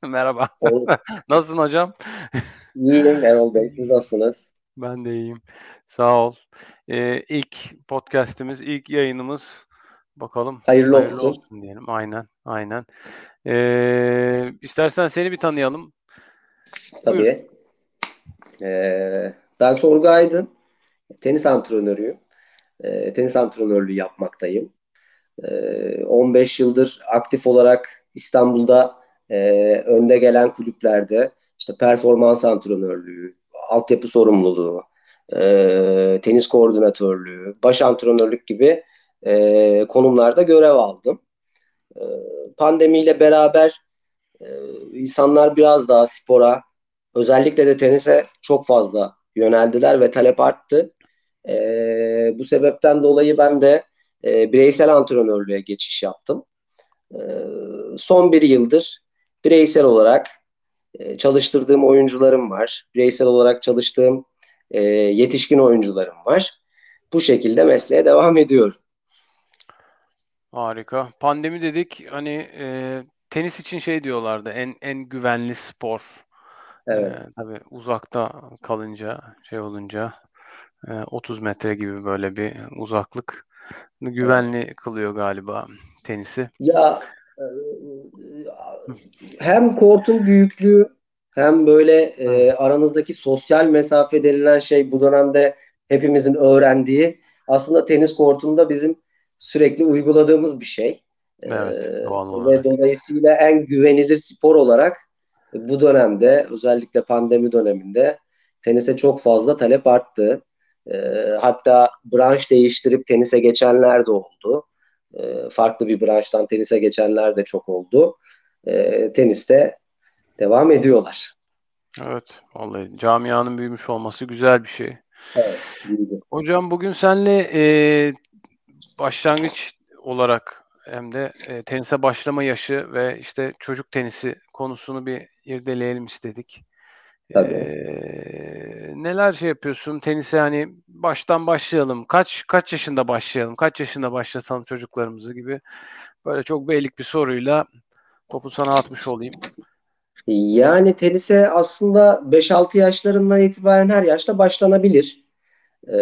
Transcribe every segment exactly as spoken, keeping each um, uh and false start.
Merhaba. Ol Nasılsın hocam? İyiyim Erol Bey, siz nasılsınız? Ben de iyiyim. Sağ ol. Eee, ilk podcast'imiz, ilk yayınımız. Bakalım Hayırlı hayırlı olsun. olsun diyelim. Aynen, aynen. Eee, istersen seni bir tanıyalım. Buyur. Tabii. Ee, ben Sorgu Aydın, tenis antrenörüyüm. Ee, tenis antrenörlüğü yapmaktayım. Ee, on beş yıldır aktif olarak İstanbul'da e, önde gelen kulüplerde işte performans antrenörlüğü, altyapı sorumluluğu, e, tenis koordinatörlüğü, baş antrenörlük gibi e, konumlarda görev aldım. E, Pandemiyle beraber Ee, insanlar biraz daha spora, özellikle de tenise çok fazla yöneldiler ve talep arttı. Ee, bu sebepten dolayı ben de e, bireysel antrenörlüğe geçiş yaptım. Ee, Son bir yıldır bireysel olarak e, çalıştırdığım oyuncularım var. Bireysel olarak çalıştığım e, yetişkin oyuncularım var. Bu şekilde mesleğe devam ediyorum. Harika. Pandemi dedik. Hani eee, tenis için şey diyorlardı. En en güvenli spor. Eee, Evet. tabii uzakta kalınca, şey olunca, eee, otuz metre gibi böyle bir uzaklık Evet. güvenli kılıyor galiba tenisi. Ya e, Hı, hem kortun büyüklüğü hem böyle evet, e, aranızdaki sosyal mesafe denilen şey bu dönemde hepimizin öğrendiği aslında tenis kortunda bizim sürekli uyguladığımız bir şey. E, evet, doğal Ve olarak. dolayısıyla en güvenilir spor olarak bu dönemde özellikle pandemi döneminde tenise çok fazla talep arttı. E, Hatta branş değiştirip tenise geçenler de oldu. E, farklı bir branştan tenise geçenler de çok oldu. E, teniste devam ediyorlar. Evet, vallahi camianın büyümüş olması güzel bir şey. Evet, iyiydi. Hocam bugün seninle eee, başlangıç olarak hem de eee, tenise başlama yaşı ve işte çocuk tenisi konusunu bir irdeleyelim istedik. Tabii. Eee, neler şey yapıyorsun? Tenise hani baştan başlayalım. Kaç kaç yaşında başlayalım? Kaç yaşında başlatalım çocuklarımızı gibi. Böyle çok beylik bir soruyla topu sana atmış olayım. Yani tenise aslında beş altı yaşlarından itibaren her yaşta başlanabilir. E,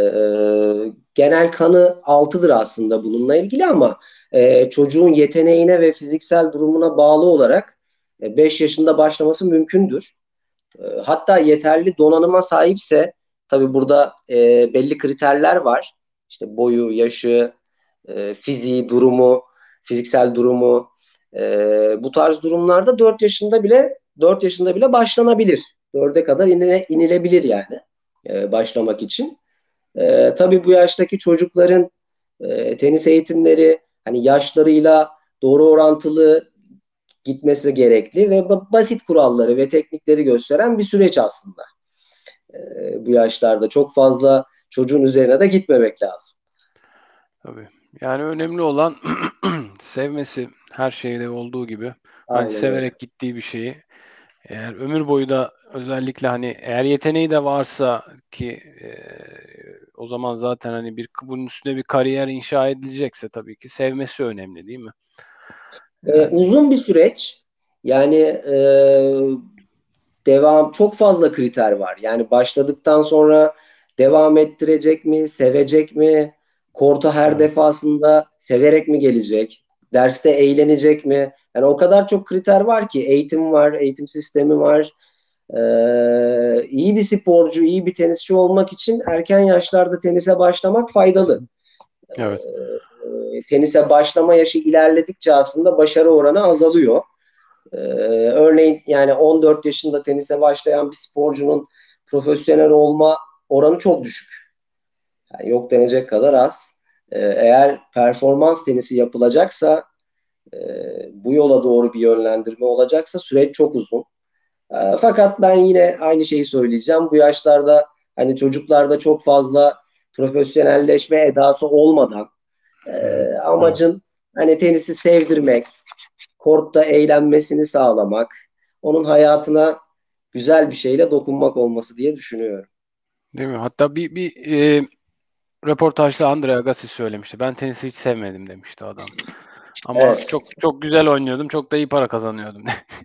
Genel kanı altıdır aslında bununla ilgili ama e, çocuğun yeteneğine ve fiziksel durumuna bağlı olarak e, beş yaşında başlaması mümkündür. E, hatta yeterli donanıma sahipse tabii burada e, belli kriterler var. İşte boyu, yaşı, e, fiziği, durumu, fiziksel durumu. E, bu tarz durumlarda dört yaşında bile dört yaşında bile başlanabilir. dörde kadar inile, inilebilir yani e, başlamak için. E, tabii bu yaştaki çocukların e, tenis eğitimleri hani yaşlarıyla doğru orantılı gitmesi gerekli ve basit kuralları ve teknikleri gösteren bir süreç aslında. Ee, bu yaşlarda çok fazla çocuğun üzerine de gitmemek lazım. Tabii. Yani önemli olan sevmesi, her şeyde olduğu gibi. Hani Aynen öyle. severek gittiği bir şeyi eğer ömür boyu da özellikle hani eğer yeteneği de varsa ki eee, o zaman zaten hani bir bunun üstüne bir kariyer inşa edilecekse tabii ki sevmesi önemli değil mi? Ee, Yani uzun bir süreç. Yani e, devam çok fazla kriter var. Yani başladıktan sonra devam ettirecek mi, sevecek mi? Korta her evet, defasında severek mi gelecek? Derste eğlenecek mi? Yani o kadar çok kriter var ki eğitim var, eğitim sistemi var. Ee, iyi bir sporcu, iyi bir tenisçi olmak için erken yaşlarda tenise başlamak faydalı. evet, Ee, tenise başlama yaşı ilerledikçe aslında başarı oranı azalıyor. Ee, Örneğin yani on dört yaşında tenise başlayan bir sporcunun profesyonel olma oranı çok düşük. Yani yok denecek kadar az. Ee, eğer performans tenisi yapılacaksa, e, bu yola doğru bir yönlendirme olacaksa süreç çok uzun. Ee, fakat ben yine aynı şeyi söyleyeceğim. Bu yaşlarda hani çocuklarda çok fazla profesyonelleşme edası olmadan e, hı hı, evet. amacın hani tenisi sevdirmek, kortta eğlenmesini sağlamak, onun hayatına güzel bir şeyle dokunmak olması diye düşünüyorum. Değil mi? Hatta bir bir eee, röportajda Andre Agassi söylemişti. Ben tenisi hiç sevmedim demişti adam. Ama Evet, çok çok güzel oynuyordum, çok da iyi para kazanıyordum.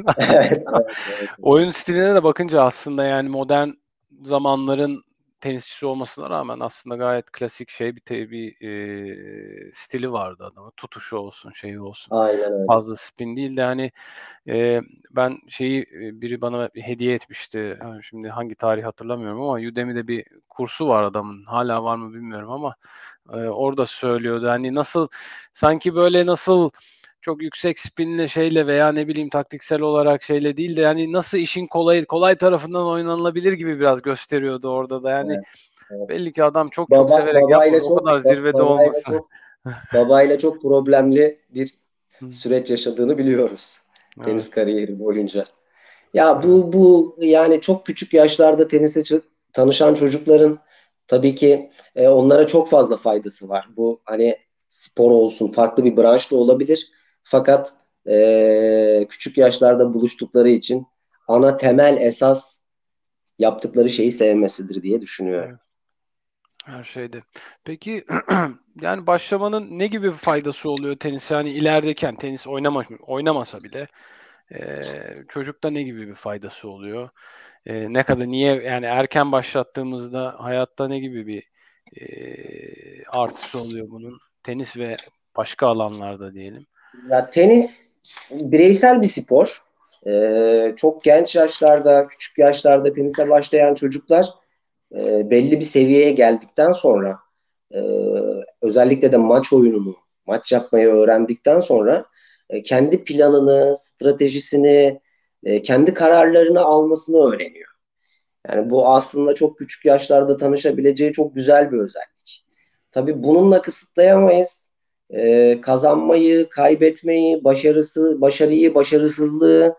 Evet, evet, evet, evet. Oyun stiline de bakınca aslında yani modern zamanların tenisçisi olmasına rağmen aslında gayet klasik şey bir te bir, eee, stili vardı adamın. Tutuşu olsun, şeyi olsun. Aynen öyle. Fazla spin değil de hani, eee, ben şeyi, eee, biri bana hediye etmişti. Hani şimdi hangi tarih hatırlamıyorum ama Udemy'de bir kursu var adamın. Hala var mı bilmiyorum ama, eee, orada söylüyordu. Hani nasıl sanki böyle nasıl çok yüksek spinle şeyle veya ne bileyim taktiksel olarak şeyle değil de yani nasıl işin kolay kolay tarafından oynanılabilir gibi biraz gösteriyordu orada da. Yani Evet, evet. belli ki adam çok çok Baba severek babayla yapmadı. O çok kadar ba- zirvede babayla olmasın. çok babayla çok problemli bir Hı, süreç yaşadığını biliyoruz tenis evet, kariyeri boyunca. Ya evet, bu bu yani çok küçük yaşlarda tenise çı- tanışan çocukların tabii ki e, onlara çok fazla faydası var. Bu hani spor olsun, farklı bir branş da olabilir. Fakat e, küçük yaşlarda buluştukları için ana temel esas yaptıkları şeyi sevmesidir diye düşünüyorum. evet. Her şeyde. Peki yani başlamanın ne gibi bir faydası oluyor tenis? Yani ilerideyken tenis oynama, oynamasa bile eee çocukta ne gibi bir faydası oluyor? Eee, ne kadar niye yani erken başlattığımızda hayatta ne gibi bir eee, artısı oluyor bunun? Tenis ve başka alanlarda diyelim. Ya tenis bireysel bir spor. Ee, çok genç yaşlarda, küçük yaşlarda tenise başlayan çocuklar e, belli bir seviyeye geldikten sonra e, özellikle de maç oyununu, maç yapmayı öğrendikten sonra e, kendi planını, stratejisini, e, kendi kararlarını almasını öğreniyor. Yani bu aslında çok küçük yaşlarda tanışabileceği çok güzel bir özellik. Tabii bununla kısıtlayamayız. Ee, kazanmayı, kaybetmeyi, başarısı, başarıyı, başarısızlığı,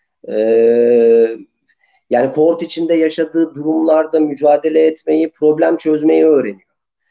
ee, yani kort içinde yaşadığı durumlarda mücadele etmeyi, problem çözmeyi öğreniyor.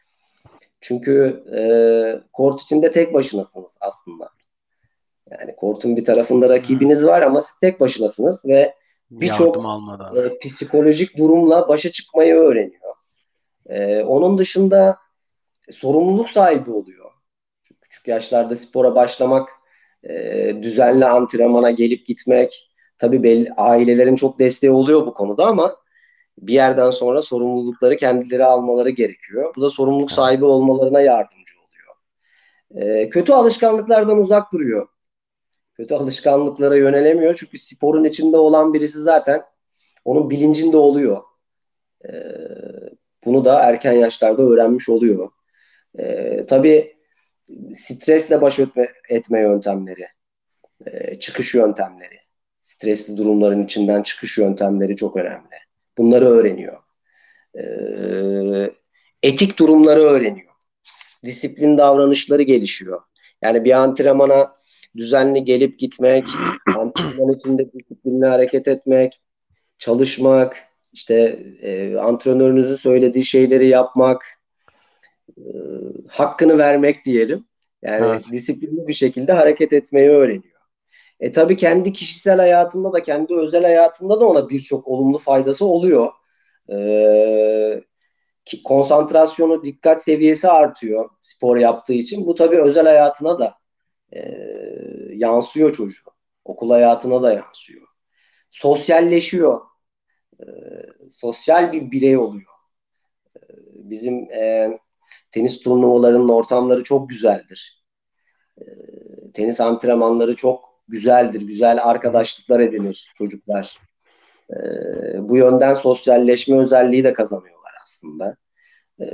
Çünkü ee, kort içinde tek başınasınız aslında. Yani kortun bir tarafında Evet. rakibiniz var ama siz tek başınasınız ve Yardım birçok almadan. e, psikolojik durumla başa çıkmayı öğreniyor. Ee, onun dışında sorumluluk sahibi oluyor. Küçük yaşlarda spora başlamak, e, düzenli antrenmana gelip gitmek. Tabii belli, ailelerin çok desteği oluyor bu konuda ama bir yerden sonra sorumlulukları kendileri almaları gerekiyor. Bu da sorumluluk Evet. sahibi olmalarına yardımcı oluyor. E, kötü alışkanlıklardan uzak duruyor. Kötü alışkanlıklara yönelemiyor çünkü sporun içinde olan birisi zaten onun bilincinde oluyor. E, bunu da erken yaşlarda öğrenmiş oluyor. E, tabii stresle baş etme, etme yöntemleri, e, çıkış yöntemleri, stresli durumların içinden çıkış yöntemleri çok önemli. Bunları öğreniyor. E, etik durumları öğreniyor. Disiplin davranışları gelişiyor. Yani bir antrenmana düzenli gelip gitmek, antrenman içinde disiplinli hareket etmek, çalışmak, işte e, antrenörünüzün söylediği şeyleri yapmak, e, hakkını vermek diyelim. Yani Evet. disiplinli bir şekilde hareket etmeyi öğreniyor. E tabii kendi kişisel hayatında da kendi özel hayatında da ona birçok olumlu faydası oluyor. E, konsantrasyonu, dikkat seviyesi artıyor spor yaptığı için. Bu tabii özel hayatına da e, yansıyor çocuğun. Okul hayatına da yansıyor. Sosyalleşiyor. E, sosyal bir birey oluyor. Bizim e, tenis turnuvalarının ortamları çok güzeldir. E, tenis antrenmanları çok güzeldir. Güzel Hı hı. arkadaşlıklar edinir çocuklar. E, bu yönden sosyalleşme özelliği de kazanıyorlar aslında. E,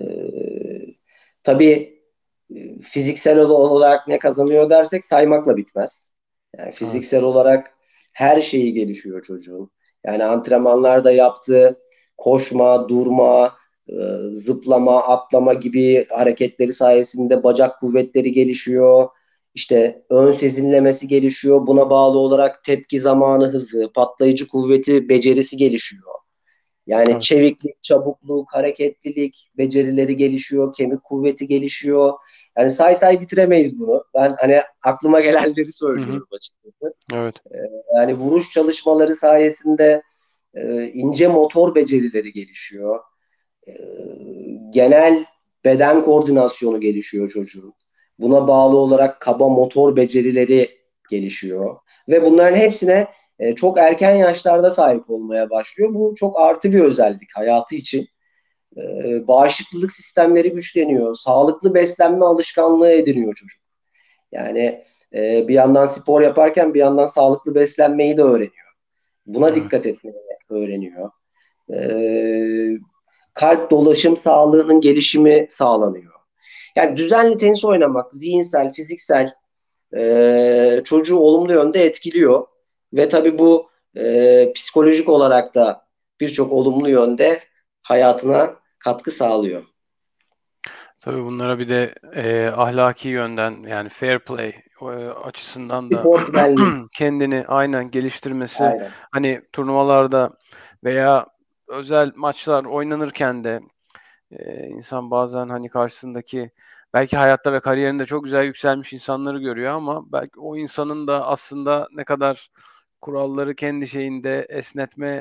tabii e, fiziksel olarak ne kazanıyor dersek saymakla bitmez. Yani Evet. fiziksel olarak her şeyi gelişiyor çocuğun. Yani antrenmanlarda yaptığı koşma, durma, e, zıplama, atlama gibi hareketleri sayesinde bacak kuvvetleri gelişiyor. İşte ön sezinlemesi gelişiyor. Buna bağlı olarak tepki zamanı hızı, patlayıcı kuvveti, becerisi gelişiyor. Yani Evet. çeviklik, çabukluk, hareketlilik becerileri gelişiyor, kemik kuvveti gelişiyor. Yani say say bitiremeyiz bunu. Ben hani aklıma gelenleri Hı hı. söylüyorum açıkçası. Evet. Yani vuruş çalışmaları sayesinde e, ince motor becerileri gelişiyor. E, genel beden koordinasyonu gelişiyor çocuğun. Buna bağlı olarak kaba motor becerileri gelişiyor. Ve bunların hepsine e, çok erken yaşlarda sahip olmaya başlıyor. Bu çok artı bir özellik hayatı için. E, bağışıklık sistemleri güçleniyor. Sağlıklı beslenme alışkanlığı ediniyor çocuk. Yani e, bir yandan spor yaparken bir yandan sağlıklı beslenmeyi de öğreniyor. Buna Evet. dikkat etmeyi öğreniyor. E, kalp dolaşım sağlığının gelişimi sağlanıyor. Yani düzenli tenis oynamak zihinsel, fiziksel e, çocuğu olumlu yönde etkiliyor. Ve tabii bu e, psikolojik olarak da birçok olumlu yönde hayatına katkı sağlıyor. Tabii bunlara bir de e, ahlaki yönden yani fair play e, açısından da Sportmenlik. kendini aynen geliştirmesi, Aynen. hani turnuvalarda veya özel maçlar oynanırken de e, insan bazen hani karşısındaki belki hayatta ve kariyerinde çok güzel yükselmiş insanları görüyor ama belki o insanın da aslında ne kadar kuralları kendi şeyinde esnetme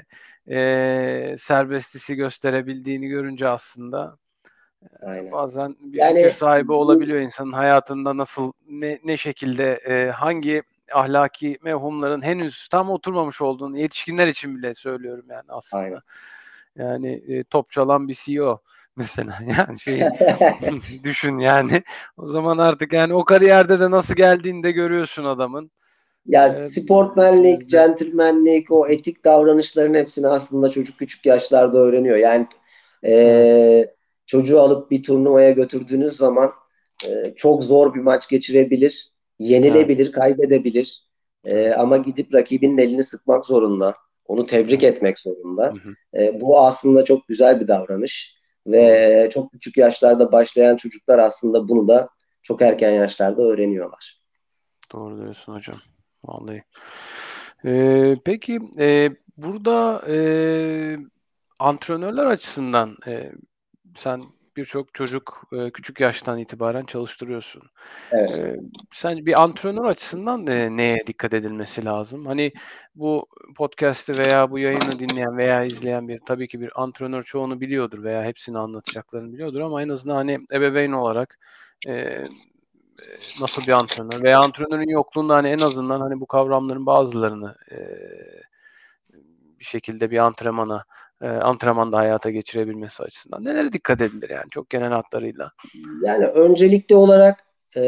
e, serbestisi gösterebildiğini görünce aslında Aynen. bazen bir fikir Yani sahibi bu olabiliyor insanın hayatında nasıl, ne ne şekilde, eee, hangi ahlaki mefhumların henüz tam oturmamış olduğunu, yetişkinler için bile söylüyorum yani aynen. aslında. Yani, eee, top çalan bir C E O mesela yani şeyin düşün yani. O zaman artık yani o kariyerde de nasıl geldiğini de görüyorsun adamın. Ya Eee, sportmenlik, ülkemizde. centilmenlik, o etik davranışların hepsini aslında çocuk küçük yaşlarda öğreniyor. Yani Evet, e, çocuğu alıp bir turnuvaya götürdüğünüz zaman e, çok zor bir maç geçirebilir, evet, yenilebilir, kaybedebilir. E, evet, ama gidip rakibinin elini sıkmak zorunda, onu tebrik evet. etmek zorunda. Hı hı. E, bu aslında çok güzel bir davranış Doğru. ve çok küçük yaşlarda başlayan çocuklar aslında bunu da çok erken yaşlarda öğreniyorlar. Doğru diyorsun hocam. Vallahi. Eee, peki, eee, burada, eee, antrenörler açısından, eee, sen birçok çocuk, eee, küçük yaştan itibaren çalıştırıyorsun. Evet. Eee, Sence bir antrenör açısından, eee, neye dikkat edilmesi lazım? Hani, bu podcast'i veya bu yayını dinleyen veya izleyen bir tabii ki bir antrenör çoğunu biliyordur veya hepsini anlatacaklarını biliyordur ama en azından, hani, ebeveyn olarak, eee Eee, nasıl bir antrenör veya antrenörün yokluğunda, hani, en azından, hani, bu kavramların bazılarını, eee, bir şekilde bir antrenmana, eee, antrenmanda hayata geçirebilmesi açısından nelere dikkat edilir yani çok genel hatlarıyla? Yani öncelikli olarak e,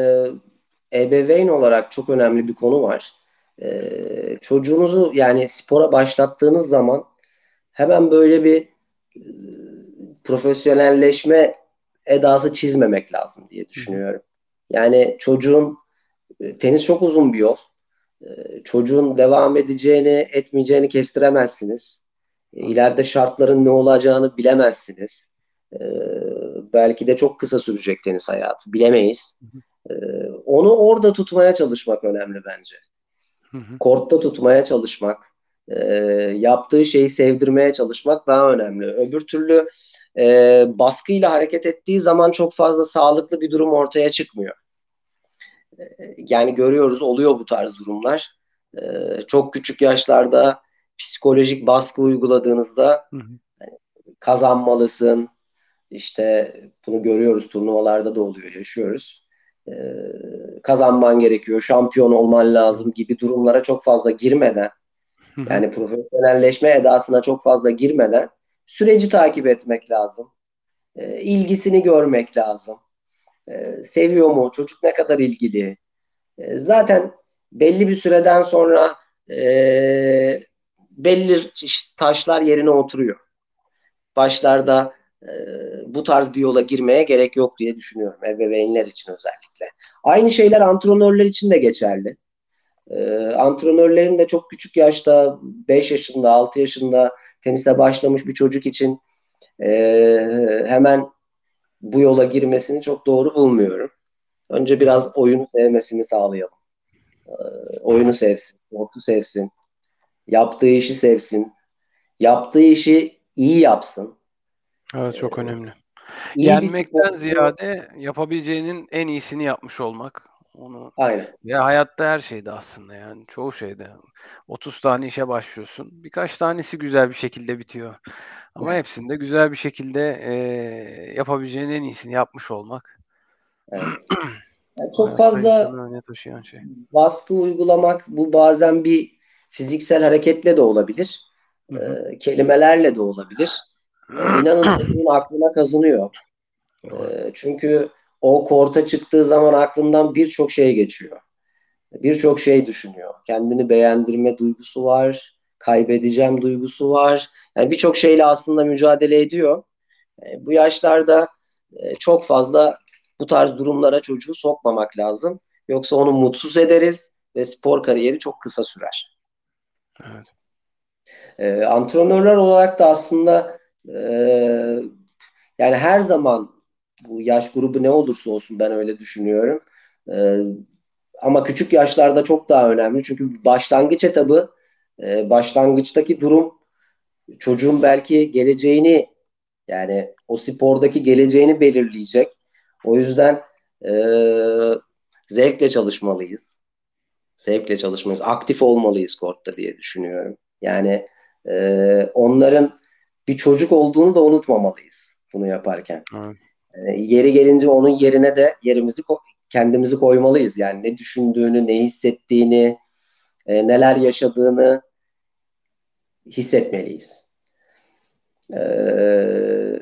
ebeveyn olarak çok önemli bir konu var. E, çocuğunuzu yani spora başlattığınız zaman hemen böyle bir e, profesyonelleşme edası çizmemek lazım diye Hı hı. düşünüyorum. Yani çocuğun e, tenis çok uzun bir yol. E, çocuğun devam edeceğini, etmeyeceğini kestiremezsiniz. E, Tabii. ileride şartların ne olacağını bilemezsiniz. E, belki de çok kısa sürecek tenis hayatı. Bilemeyiz. Hı hı. E, onu orada tutmaya çalışmak önemli bence. Hı hı. Kortta tutmaya çalışmak, e, yaptığı şeyi sevdirmeye çalışmak daha önemli. Öbür türlü e, baskıyla hareket ettiği zaman çok fazla sağlıklı bir durum ortaya çıkmıyor. Yani görüyoruz oluyor bu tarz durumlar. Ee, çok küçük yaşlarda psikolojik baskı uyguladığınızda Hı hı. kazanmalısın. İşte bunu görüyoruz turnuvalarda da oluyor, yaşıyoruz. Ee, kazanman gerekiyor, şampiyon olman Evet. lazım gibi durumlara çok fazla girmeden, Hı hı. yani profesyonelleşme edasına çok fazla girmeden süreci takip etmek lazım. Ee, ilgisini görmek lazım. Ee, seviyor mu? Çocuk ne kadar ilgili? E, zaten belli bir süreden sonra e, belli taşlar yerine oturuyor. Başlarda e, bu tarz bir yola girmeye gerek yok diye düşünüyorum ebeveynler için özellikle. Aynı şeyler antrenörler için de geçerli. E, antrenörlerin de çok küçük yaşta beş yaşında altı yaşında tenise başlamış bir çocuk için e, hemen bu yola girmesini çok doğru bulmuyorum. Önce Hı hı. biraz oyunu sevmesini sağlayalım. Oyunu sevsin, sportu sevsin, yaptığı işi sevsin, yaptığı işi iyi yapsın. Evet, çok Ee, önemli. iyi bir Yenmekten sporcu, ziyade yapabileceğinin en iyisini yapmış olmak. Onu aynen. ya hayatta her şeyde aslında yani çoğu şeyde. otuz tane işe başlıyorsun. Birkaç tanesi güzel bir şekilde bitiyor. Ama hepsinde güzel bir şekilde, eee, yapabileceğin en iyisini yapmış olmak Evet. Yani çok hayatta fazla insanı öne taşıyan şey. baskı uygulamak bu bazen bir fiziksel hareketle de olabilir, Hı hı. e, kelimelerle de olabilir. E, inanın çocuğun aklına kazınıyor. E, Evet. çünkü o korta çıktığı zaman aklından birçok şey geçiyor. Birçok şey düşünüyor. Kendini beğendirme duygusu var, kaybedeceğim duygusu var. Yani birçok şeyle aslında mücadele ediyor. E, bu yaşlarda e, çok fazla bu tarz durumlara çocuğu sokmamak lazım. Yoksa onu mutsuz ederiz ve spor kariyeri çok kısa sürer. Evet. E, antrenörler olarak da aslında e, yani her zaman bu yaş grubu ne olursa olsun ben öyle düşünüyorum. E, ama küçük yaşlarda çok daha önemli. Çünkü başlangıç etabı, e, başlangıçtaki durum çocuğun belki geleceğini yani o spordaki geleceğini belirleyecek. O yüzden e, zevkle çalışmalıyız. Zevkle çalışmalıyız. Aktif olmalıyız kortta diye düşünüyorum. Yani e, onların bir çocuk olduğunu da unutmamalıyız bunu yaparken. Evet. E, yeri gelince onun yerine de yerimizi ko- kendimizi koymalıyız. Yani ne düşündüğünü, ne hissettiğini, e, neler yaşadığını hissetmeliyiz. E,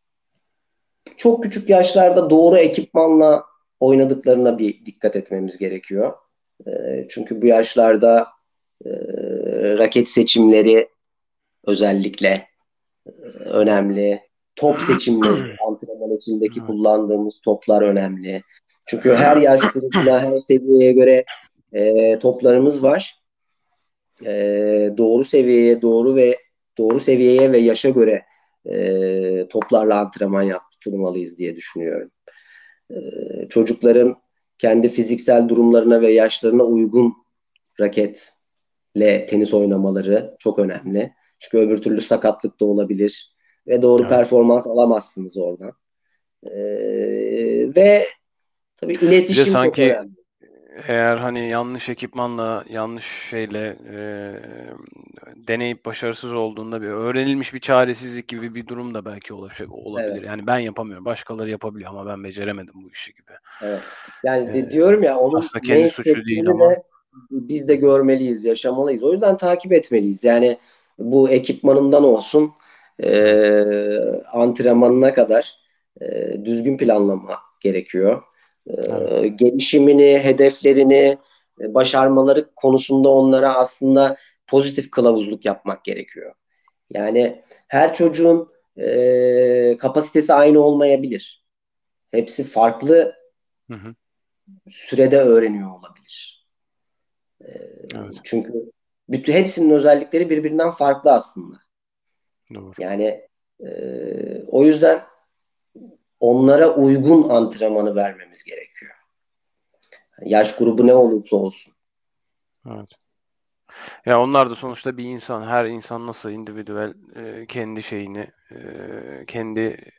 çok küçük yaşlarda doğru ekipmanla oynadıklarına bir dikkat etmemiz gerekiyor. E, çünkü bu yaşlarda e, raket seçimleri özellikle e, önemli. Top seçimleri, antrenman içindeki Evet. kullandığımız toplar önemli. Çünkü her yaş grubuna, her seviyeye göre e, toplarımız var. E, doğru seviyeye, doğru ve doğru seviyeye ve yaşa göre e, toplarla antrenman yaptırmalıyız diye düşünüyorum. E, çocukların kendi fiziksel durumlarına ve yaşlarına uygun raketle tenis oynamaları çok önemli. Çünkü öbür türlü sakatlık da olabilir ve doğru Evet. performans alamazsınız oradan. E, ve tabii Bir de iletişim çok sanki önemli. eğer hani yanlış ekipmanla, yanlış şeyle e, deneyip başarısız olduğunda bir öğrenilmiş bir çaresizlik gibi bir durum da belki ulaşa- olabilir. Evet. Yani ben yapamıyorum, başkaları yapabiliyor ama ben beceremedim bu işi gibi. Evet. Yani E, de- diyorum ya onun aslında ne kendi suçu değil hissettiğini ama. de biz de görmeliyiz, yaşamalıyız. O yüzden takip etmeliyiz. Yani bu ekipmanından olsun Evet. e, antrenmanına kadar e, düzgün planlama gerekiyor. Evet. E, gelişimini, hedeflerini, e, başarmaları konusunda onlara aslında pozitif kılavuzluk yapmak gerekiyor. Yani her çocuğun e, kapasitesi aynı olmayabilir. Hepsi farklı Hı hı. sürede öğreniyor olabilir. Evet. Çünkü bütün hepsinin özellikleri birbirinden farklı aslında. Doğru. Yani e, o yüzden onlara uygun antrenmanı vermemiz gerekiyor. Yaş grubu ne olursa olsun. Evet. Ya onlar da sonuçta bir insan. Her insan nasıl individüel e, kendi şeyini, e, kendi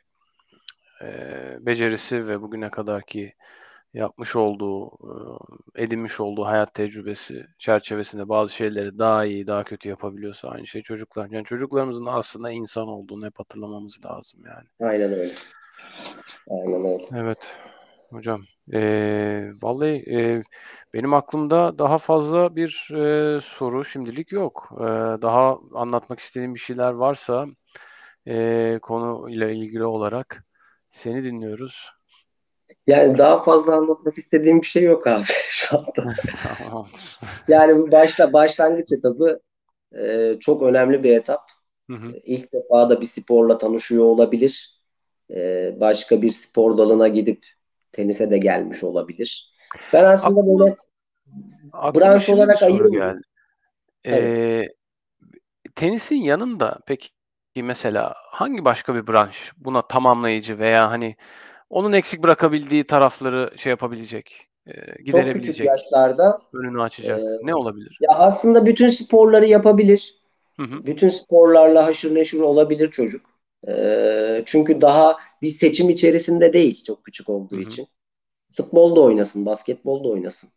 e, becerisi ve bugüne kadarki yapmış olduğu, e, edinmiş olduğu hayat tecrübesi çerçevesinde bazı şeyleri daha iyi, daha kötü yapabiliyorsa aynı şey çocuklar. Yani çocuklarımızın aslında insan olduğunu hep hatırlamamız lazım yani. Aynen öyle. Aynen öyle. Evet hocam. Eee, vallahi eee, benim aklımda daha fazla bir eee, soru şimdilik yok. Eee, daha anlatmak istediğim bir şeyler varsa eee konuyla ilgili olarak seni dinliyoruz. Yani daha fazla anlatmak istediğim bir şey yok abi şu anda. Tamamdır. Yani bu başta başlangıç etabı e, çok önemli bir etap. Hı hı. İlk defa da bir sporla tanışıyor olabilir. E, başka bir spor dalına gidip tenise de gelmiş olabilir. Ben aslında Aklıma böyle aklıma branş şimdi bir olarak soru ayırmıyorum. geldi. Tabii. Eee, tenisin yanında peki mesela hangi başka bir branş buna tamamlayıcı veya hani onun eksik bırakabildiği tarafları şey yapabilecek, eee, Çok küçük giderebilecek, yaşlarda önünü e, açacak ne olabilir? ya aslında bütün sporları yapabilir. Hı hı. Bütün sporlarla haşır neşir olabilir çocuk. E, çünkü daha bir seçim içerisinde değil çok küçük Hı olduğu hı. için. Futbol da oynasın, basketbol da oynasın.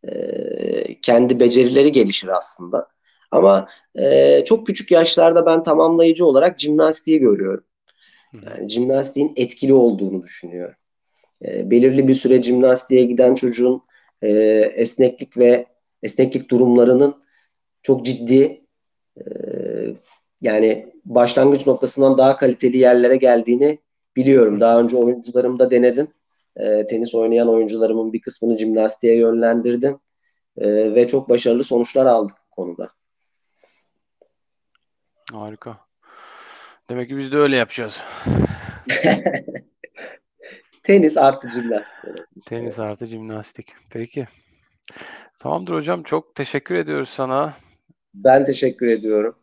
E, kendi becerileri gelişir aslında. Ama e, çok küçük yaşlarda ben tamamlayıcı olarak jimnastiği görüyorum. Hı hı. Yani jimnastiğin etkili olduğunu düşünüyorum. E, belirli bir süre jimnastiğe giden çocuğun e, esneklik ve esneklik durumlarının çok ciddi, e, yani başlangıç noktasından daha kaliteli yerlere geldiğini biliyorum. Daha önce oyuncularımda denedim. E, tenis oynayan oyuncularımın bir kısmını jimnastiğe yönlendirdim. E, ve çok başarılı sonuçlar aldık bu konuda. Harika. Demek ki biz de öyle yapacağız. Tenis artı jimnastik olabilir. Tenis Evet. artı jimnastik. Peki. Tamamdır hocam. Çok teşekkür ediyoruz sana. Ben teşekkür ediyorum.